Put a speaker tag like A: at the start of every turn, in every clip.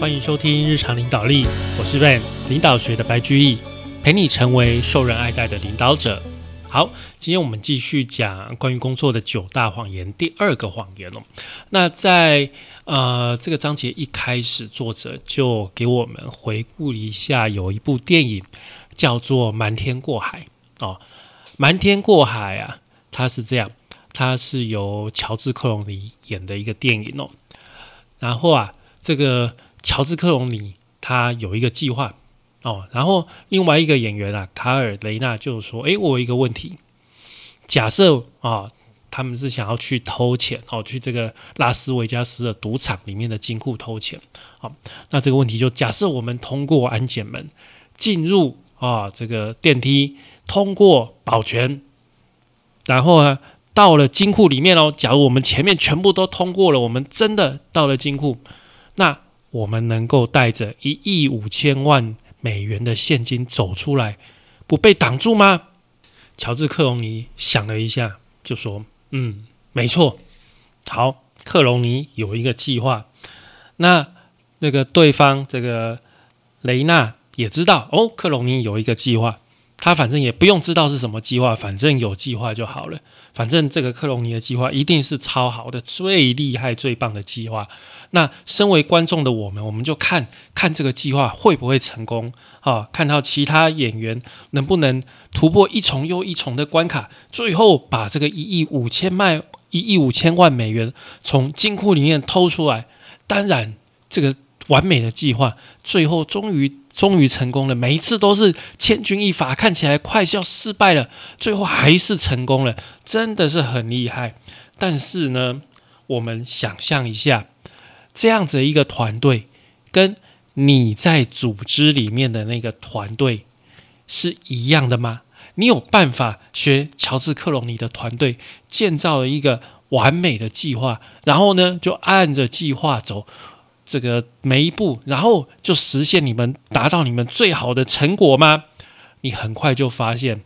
A: 欢迎收听日常领导力，我是 Van， 领导学的白居易，陪你成为受人爱戴的领导者。好，今天我们继续讲关于工作的9大谎言，第2个谎言哦。那在这个章节一开始，作者就给我们回顾一下，有一部电影叫做《瞒天过海》哦。瞒天过海啊，它是这样，它是由乔治克隆尼演的一个电影哦。然后啊，这个乔治克隆尼他有一个计划哦，然后另外一个演员啊，卡尔雷纳就说：“我有一个问题，假设啊，他们是想要去偷钱哦，去这个拉斯维加斯的赌场里面的金库偷钱。好，那这个问题就假设我们通过安检门进入这个电梯，通过保全，然后呢到了金库里面哦。假如我们前面全部都通过了，我们真的到了金库，那我们能够带着1亿5千万美元的现金走出来，不被挡住吗？”乔治克隆尼想了一下，就说：“没错。好，克隆尼有一个计划。那个对方这个雷纳也知道哦，克隆尼有一个计划。他反正也不用知道是什么计划，反正有计划就好了。反正这个克隆尼的计划一定是超好的、最厉害、最棒的计划。那身为观众的我们就看看这个计划会不会成功啊？看到其他演员能不能突破一重又一重的关卡，最后把这个1亿5千万美元从金库里面偷出来。当然，这个完美的计划最后终于成功了，每一次都是千钧一发，看起来快要失败了，最后还是成功了，真的是很厉害。但是呢，我们想象一下，这样子一个团队跟你在组织里面的那个团队是一样的吗？你有办法学乔治克隆尼的团队建造了一个完美的计划，然后呢就按着计划走这个每一步，然后就实现达到你们最好的成果吗？你很快就发现，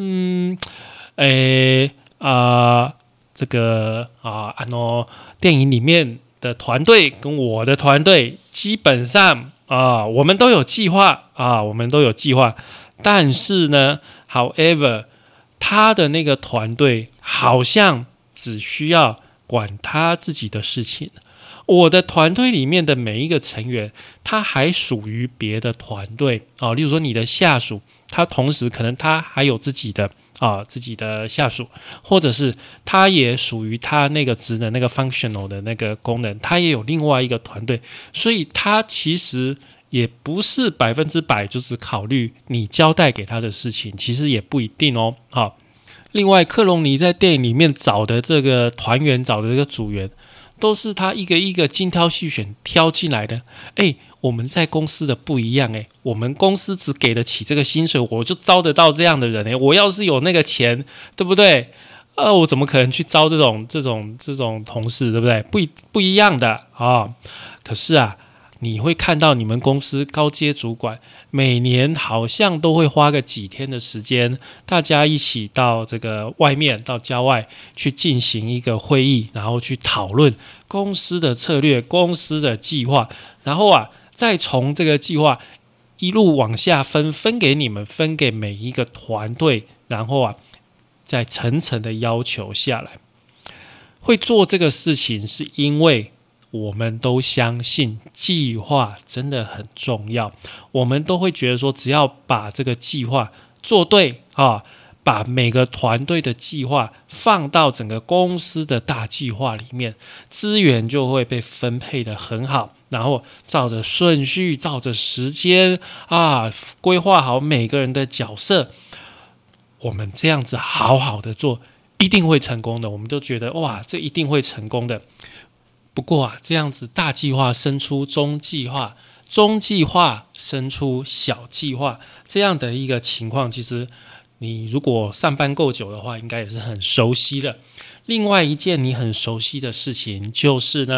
A: 电影里面的团队跟我的团队基本上我们都有计划，但是呢 ，however， 他的那个团队好像只需要管他自己的事情。我的团队里面的每一个成员，他还属于别的团队例如说你的下属，他同时可能他还有自己的下属，或者是他也属于他那个职能那个 functional 的那个功能，他也有另外一个团队，所以他其实也不是100%就只考虑你交代给他的事情，其实也不一定哦。好，另外克隆尼在电影里面找的这个团员，找的这个组员，都是他一个一个精挑细选挑进来的。我们在公司的不一样我们公司只给得起这个薪水，我就招得到这样的人我要是有那个钱，对不对？我怎么可能去招这种同事，对不对？不一样的可是你会看到你们公司高阶主管每年好像都会花个几天的时间，大家一起到这个外面，到郊外去进行一个会议，然后去讨论公司的策略、公司的计划，然后再从这个计划一路往下分给你们，分给每一个团队，然后再层层的要求下来。会做这个事情是因为我们都相信计划真的很重要，我们都会觉得说，只要把这个计划做对把每个团队的计划放到整个公司的大计划里面，资源就会被分配得很好，然后照着顺序，照着时间规划好每个人的角色，我们这样子好好的做，一定会成功的。我们都觉得这一定会成功的。不过这样子大计划生出中计划，中计划生出小计划，这样的一个情况，其实你如果上班够久的话，应该也是很熟悉的。另外一件你很熟悉的事情就是呢，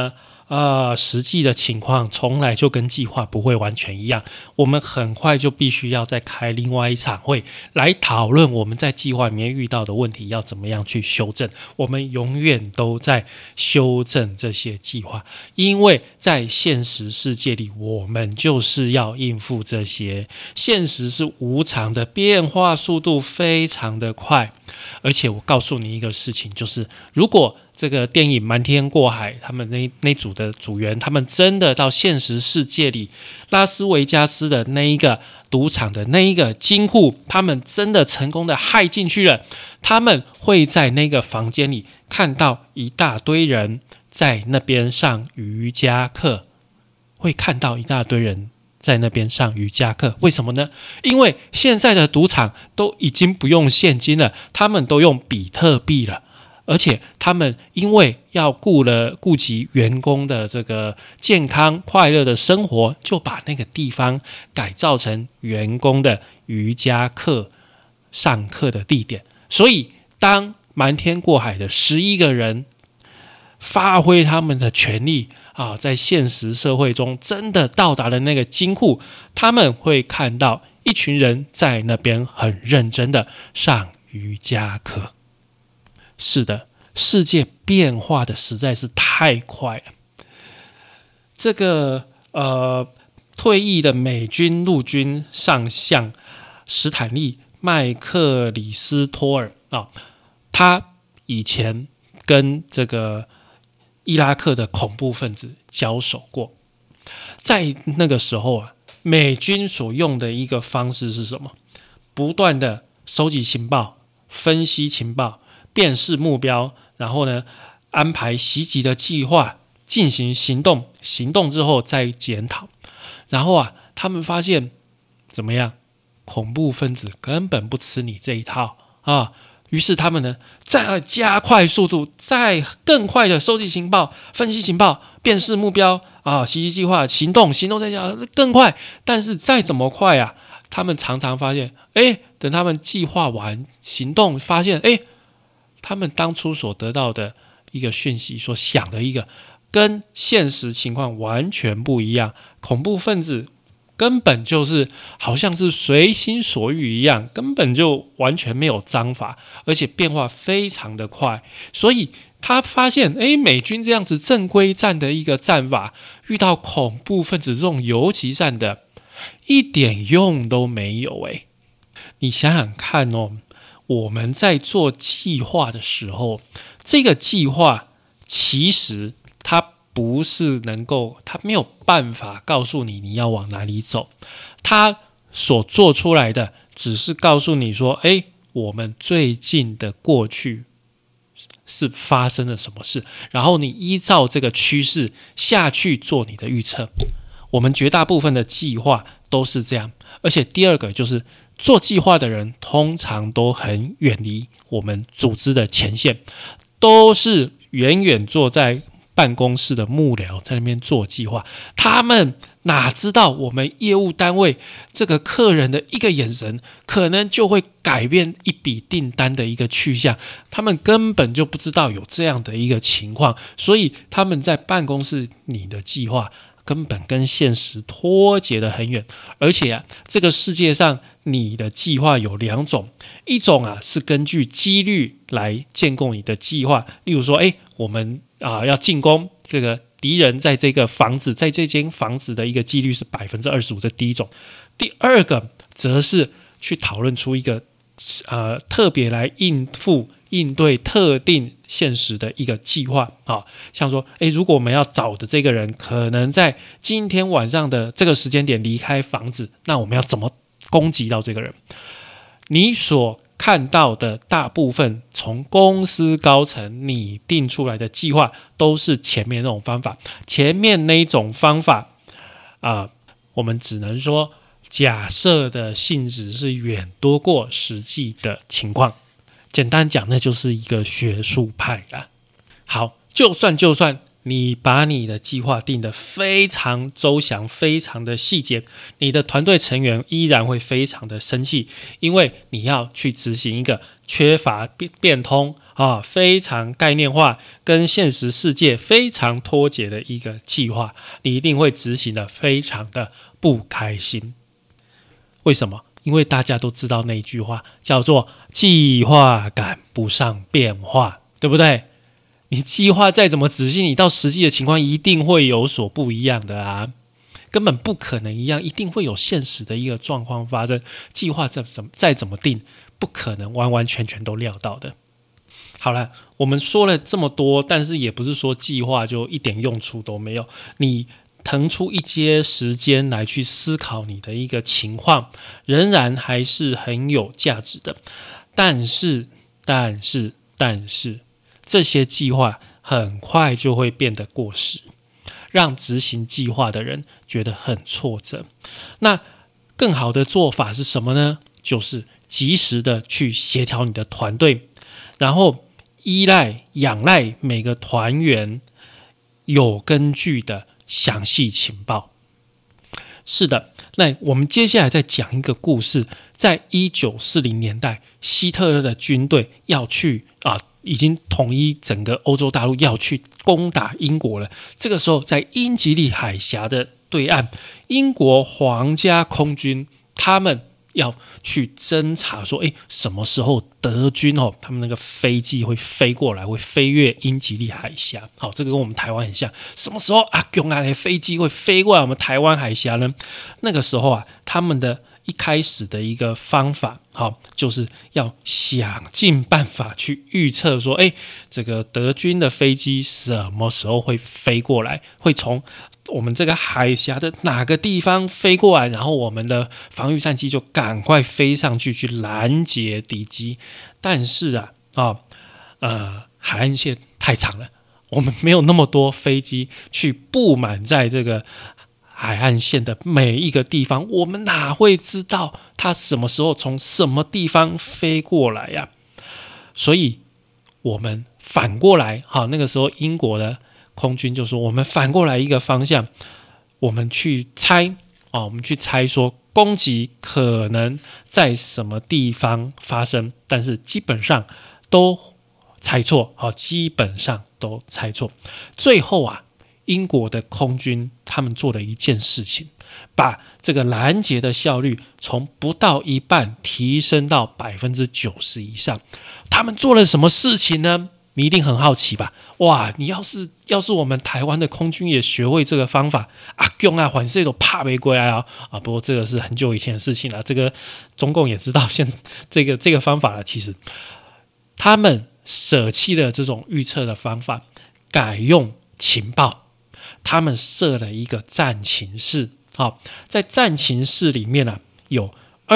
A: 实际的情况从来就跟计划不会完全一样，我们很快就必须要再开另外一场会来讨论我们在计划里面遇到的问题要怎么样去修正。我们永远都在修正这些计划，因为在现实世界里，我们就是要应付这些。现实是无常的，变化速度非常的快。而且我告诉你一个事情，就是如果这个电影《瞒天过海》他们那组的组员，他们真的到现实世界里，拉斯维加斯的那一个赌场的那一个金库，他们真的成功的害进去了，他们会在那个房间里看到一大堆人在那边上瑜伽课，会看到一大堆人在那边上瑜伽课。为什么呢？因为现在的赌场都已经不用现金了，他们都用比特币了。而且他们因为要顾及员工的这个健康快乐的生活，就把那个地方改造成员工的瑜伽课上课的地点。所以当瞒天过海的11个人发挥他们的权利在现实社会中真的到达了那个金库，他们会看到一群人在那边很认真的上瑜伽课。是的，世界变化的实在是太快了。这个退役的美军陆军上将史坦利·麦克里斯托尔他以前跟这个伊拉克的恐怖分子交手过。在那个时候美军所用的一个方式是什么？不断的收集情报、分析情报、辨识目标，然后呢，安排袭击的计划，进行行动，行动之后再检讨。然后他们发现怎么样？恐怖分子根本不吃你这一套于是他们呢，再加快速度，再更快的收集情报、分析情报、辨识目标袭击计划，行动再加更快。但是再怎么快他们常常发现，等他们计划完行动，发现他们当初所得到的一个讯息，所想的一个跟现实情况完全不一样。恐怖分子根本就是好像是随心所欲一样，根本就完全没有章法，而且变化非常的快。所以他发现美军这样子正规战的一个战法，遇到恐怖分子这种游击战的一点用都没有。你想想看我们在做计划的时候，这个计划其实它不是它没有办法告诉你要往哪里走，它所做出来的只是告诉你说，我们最近的过去是发生了什么事，然后你依照这个趋势下去做你的预测。我们绝大部分的计划都是这样。而且第二个就是做计划的人通常都很远离我们组织的前线，都是远远坐在办公室的幕僚在那边做计划。他们哪知道我们业务单位这个客人的一个眼神可能就会改变一笔订单的一个去向，他们根本就不知道有这样的一个情况。所以他们在办公室里的计划根本跟现实脱节得很远。而且这个世界上你的计划有2种，一种是根据几率来建构你的计划。例如说我们要进攻这个敌人在这个房子，在这间房子的一个几率是 25%， 这第一种。第二个则是去讨论出一个特别来应对特定现实的一个计划像说如果我们要找的这个人可能在今天晚上的这个时间点离开房子，那我们要怎么攻击到这个人？你所看到的大部分从公司高层拟定出来的计划都是前面那种方法。前面那种方法我们只能说假设的性质是远多过实际的情况。简单讲，那就是一个学术派啦。好，就算你把你的计划定得非常周详，非常的细节，你的团队成员依然会非常的生气，因为你要去执行一个缺乏变通啊，非常概念化，跟现实世界非常脱节的一个计划，你一定会执行的非常的不开心。为什么？因为大家都知道那一句话叫做计划赶不上变化，对不对？你计划再怎么仔细，你到实际的情况一定会有所不一样的啊，根本不可能一样，一定会有现实的一个状况发生。计划再怎么定，不可能完完全全都料到的。好了，我们说了这么多，但是也不是说计划就一点用处都没有。你腾出一些时间来去思考你的一个情况，仍然还是很有价值的。但是，这些计划很快就会变得过时，让执行计划的人觉得很挫折。那更好的做法是什么呢？就是及时的去协调你的团队，然后仰赖每个团员有根据的详细情报。是的，那我们接下来再讲一个故事。在1940年代，希特勒的军队要去已经统一整个欧洲大陆，要去攻打英国了。这个时候，在英吉利海峡的对岸，英国皇家空军他们要去侦查说，什么时候德军他们那个飞机会飞过来，会飞越英吉利海峡。好，这个跟我们台湾很像。什么时候的飞机会飞过来我们台湾海峡呢？那个时候他们的一开始的一个方法，就是要想尽办法去预测说，这个德军的飞机什么时候会飞过来，会从我们这个海峡的哪个地方飞过来，然后我们的防御战机就赶快飞上去拦截敌机。但是海岸线太长了，我们没有那么多飞机去布满在这个海岸线的每一个地方，我们哪会知道它什么时候从什么地方飞过来呀？所以我们反过来，那个时候英国的空军就说，我们反过来一个方向，我们去猜说攻击可能在什么地方发生，但是基本上都猜错，最后英国的空军他们做了一件事情，把这个拦截的效率从不到一半提升到90%以上。他们做了什么事情呢？你一定很好奇吧？哇，你要是我们台湾的空军也学会这个方法，反正都怕没归来不过这个是很久以前的事情了，这个中共也知道这个方法了。其实他们舍弃了这种预测的方法，改用情报。他们设了一个战情室，在战情室里面有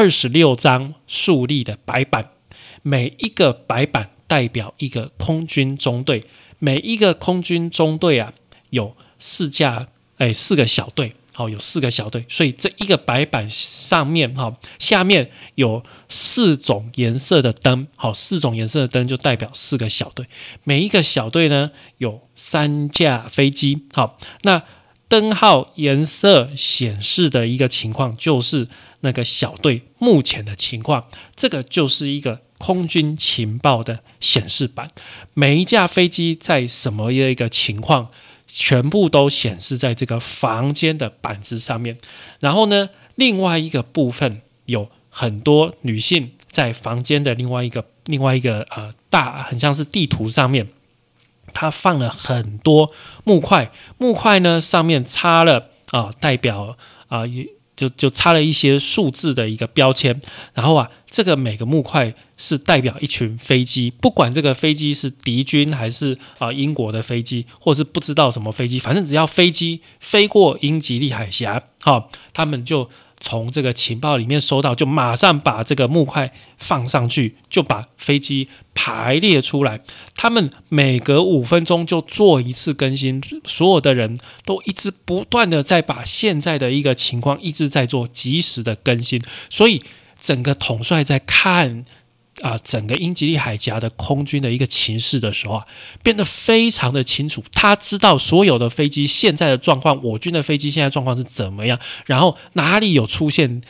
A: 26张竖立的白板，每一个白板代表一个空军中队，每一个空军中队有4个小队，有4个小队，所以这一个白板上面下面有4种颜色的灯，4种颜色的灯就代表4个小队，每一个小队呢有3架飞机。那灯号颜色显示的一个情况就是那个小队目前的情况，这个就是一个空军情报的显示板，每一架飞机在什么一个情况全部都显示在这个房间的板子上面。然后呢，另外一个部分有很多女性在房间的另外一个很像是地图上面，它放了很多木块，木块呢上面插了代表就插了一些数字的一个标签，然后这个每个木块是代表一群飞机，不管这个飞机是敌军还是英国的飞机，或是不知道什么飞机，反正只要飞机飞过英吉利海峡，他们就从这个情报里面收到，就马上把这个木块放上去，就把飞机排列出来。他们每隔5分钟就做一次更新，所有的人都一直不断的在把现在的一个情况一直在做及时的更新，所以整个统帅在看整个英吉利海峡的空军的一个情势的时候变得非常的清楚。他知道所有的飞机现在的状况，我军的飞机现在状况是怎么样，然后哪里有出现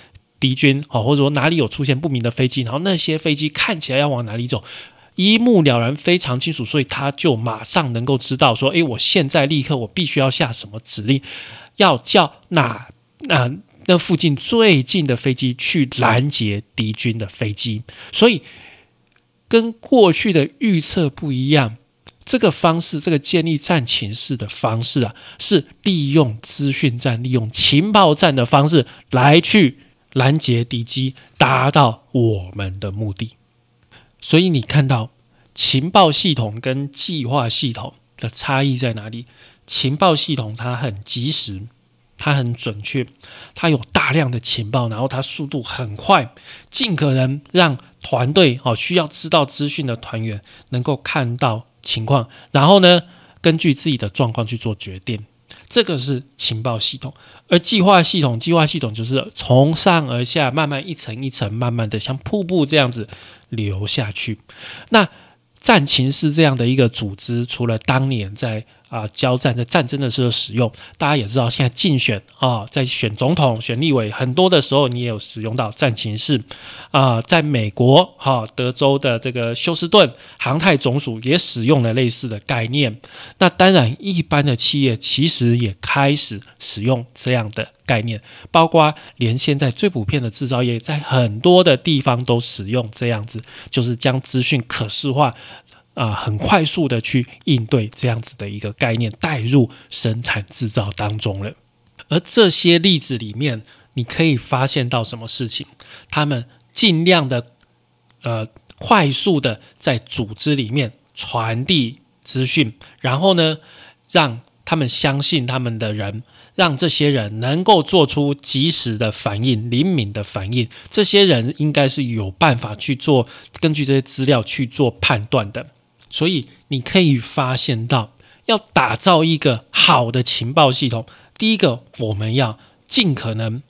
A: 敌军，或者说哪里有出现不明的飞机，然后那些飞机看起来要往哪里走，一目了然，非常清楚，所以他就马上能够知道说，我现在立刻我必须要下什么指令，要叫那附近最近的飞机去拦截敌军的飞机。所以跟过去的预测不一样，这个方式，这个建立战情势的方式是利用资讯战、利用情报战的方式来去拦截敌机，达到我们的目的。所以你看到情报系统跟计划系统的差异在哪里？情报系统它很及时，它很准确，它有大量的情报，然后它速度很快，尽可能让团队需要知道资讯的团员能够看到情况，然后呢，根据自己的状况去做决定。这个是情报系统。而计划系统就是从上而下，慢慢一层一层，慢慢的像瀑布这样子流下去。那战情室这样的一个组织，除了当年在交战在战争的时候使用，大家也知道现在竞选在选总统选立委很多的时候，你也有使用到战情室在美国德州的这个休斯顿航太总署也使用了类似的概念。那当然一般的企业其实也开始使用这样的概念，包括连现在最普遍的制造业在很多的地方都使用这样子，就是将资讯可视化很快速的去应对这样子的一个概念带入生产制造当中了。而这些例子里面你可以发现到什么事情？他们尽量的快速的在组织里面传递资讯，然后呢让他们相信他们的人，让这些人能够做出及时的反应、灵敏的反应。这些人应该是有办法去做，根据这些资料去做判断的。所以你可以发现到，要打造一个好的情报系统，第一个我们要尽可能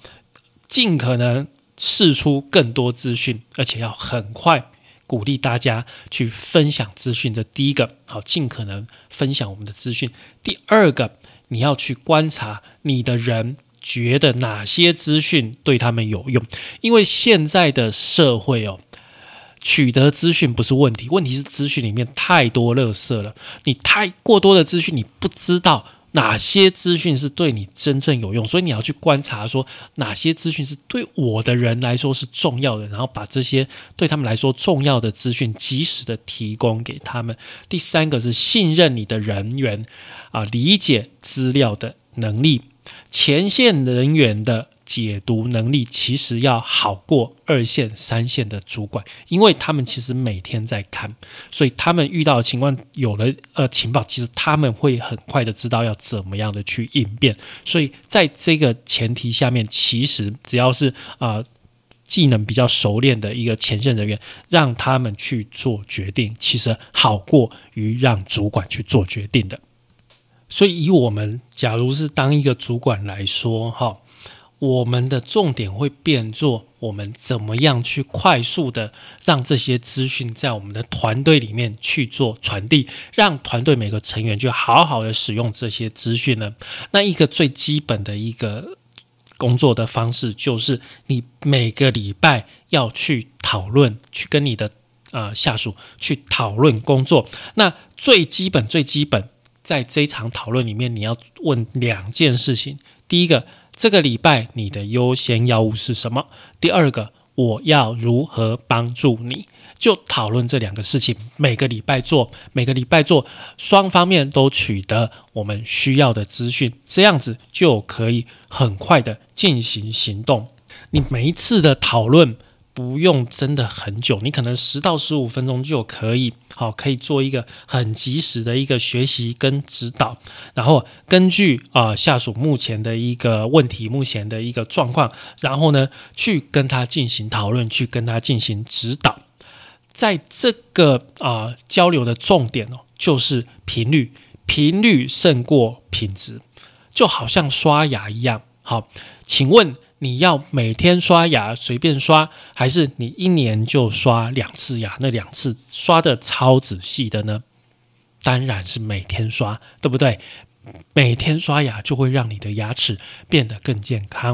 A: 释出更多资讯，而且要很快鼓励大家去分享资讯。这第一个，尽可能分享我们的资讯。第二个，你要去观察你的人觉得哪些资讯对他们有用，因为现在的社会取得资讯不是问题，问题是资讯里面太多垃圾了。你过多的资讯，你不知道哪些资讯是对你真正有用，所以你要去观察说哪些资讯是对我的人来说是重要的，然后把这些对他们来说重要的资讯及时的提供给他们。第三个是信任你的人员理解资料的能力，前线人员的解读能力其实要好过2线、3线的主管，因为他们其实每天在看，所以他们遇到的情况有了情报，其实他们会很快的知道要怎么样的去应变。所以在这个前提下面，其实只要是技能比较熟练的一个前线人员，让他们去做决定，其实好过于让主管去做决定的。所以以我们假如是当一个主管来说我们的重点会变作我们怎么样去快速的让这些资讯在我们的团队里面去做传递，让团队每个成员就好好的使用这些资讯呢？那一个最基本的一个工作的方式，就是你每个礼拜要去讨论，去跟你的下属去讨论工作。那最基本在这一场讨论里面，你要问2件事情。第一个，这个礼拜你的优先要务是什么？第二个，我要如何帮助你？就讨论这2个事情，每个礼拜做，双方面都取得我们需要的资讯，这样子就可以很快的进行行动。你每一次的讨论不用真的很久，你可能10到15分钟就可以做一个很及时的一个学习跟指导，然后根据下属目前的一个问题，目前的一个状况，然后呢去跟他进行讨论，去跟他进行指导。在这个交流的重点就是频率胜过品质，就好像刷牙一样。好，请问你要每天刷牙随便刷，还是你1年就刷2次牙，那2次刷的超仔细的呢？当然是每天刷，对不对？每天刷牙就会让你的牙齿变得更健康，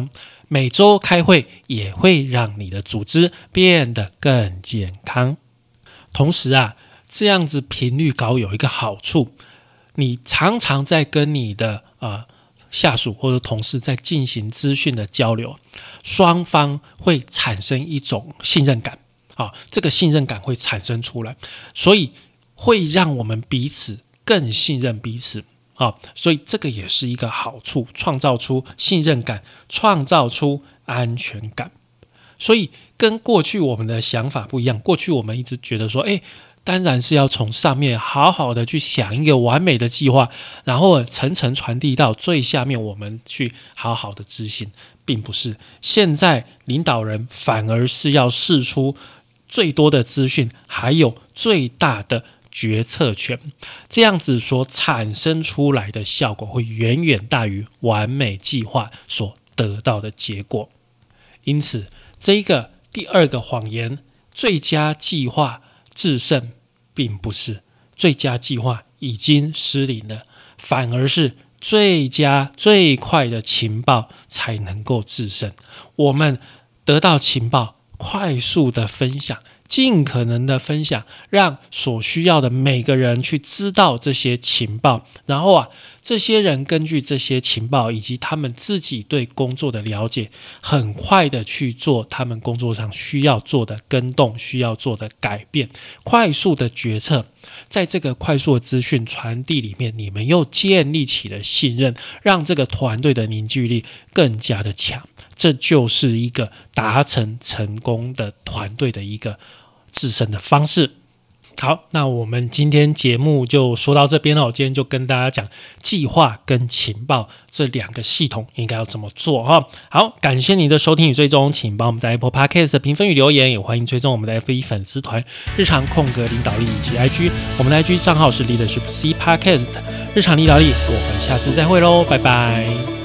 A: 每周开会也会让你的组织变得更健康。同时啊，这样子频率高有一个好处，你常常在跟你的下属或者同事在进行资讯的交流，双方会产生一种信任感，这个信任感会产生出来，所以会让我们彼此更信任彼此，所以这个也是一个好处，创造出信任感，创造出安全感。所以跟过去我们的想法不一样，过去我们一直觉得说，当然是要从上面好好的去想一个完美的计划，然后层层传递到最下面，我们去好好的执行，并不是。现在领导人反而是要释出最多的资讯，还有最大的决策权，这样子所产生出来的效果会远远大于完美计划所得到的结果。因此，这一个第二个谎言，最佳计划制胜，并不是最佳计划已经失灵了，反而是最佳最快的情报才能够制胜。我们得到情报，快速的分享，尽可能的分享，让所需要的每个人去知道这些情报，然后这些人根据这些情报以及他们自己对工作的了解，很快的去做他们工作上需要做的更动，需要做的改变，快速的决策。在这个快速的资讯传递里面，你们又建立起了信任，让这个团队的凝聚力更加的强。这就是一个达成成功的团队的一个制胜的方式。好，那我们今天节目就说到这边了。今天就跟大家讲计划跟情报这两个系统应该要怎么做哈。好，感谢你的收听与追踪，请帮我们在 Apple Podcast 评分与留言，也欢迎追踪我们的 FB 粉丝团日常空格领导力以及 IG， 我们的 IG 账号是 Leadership C Podcast 日常领导力。我们下次再会喽，拜拜。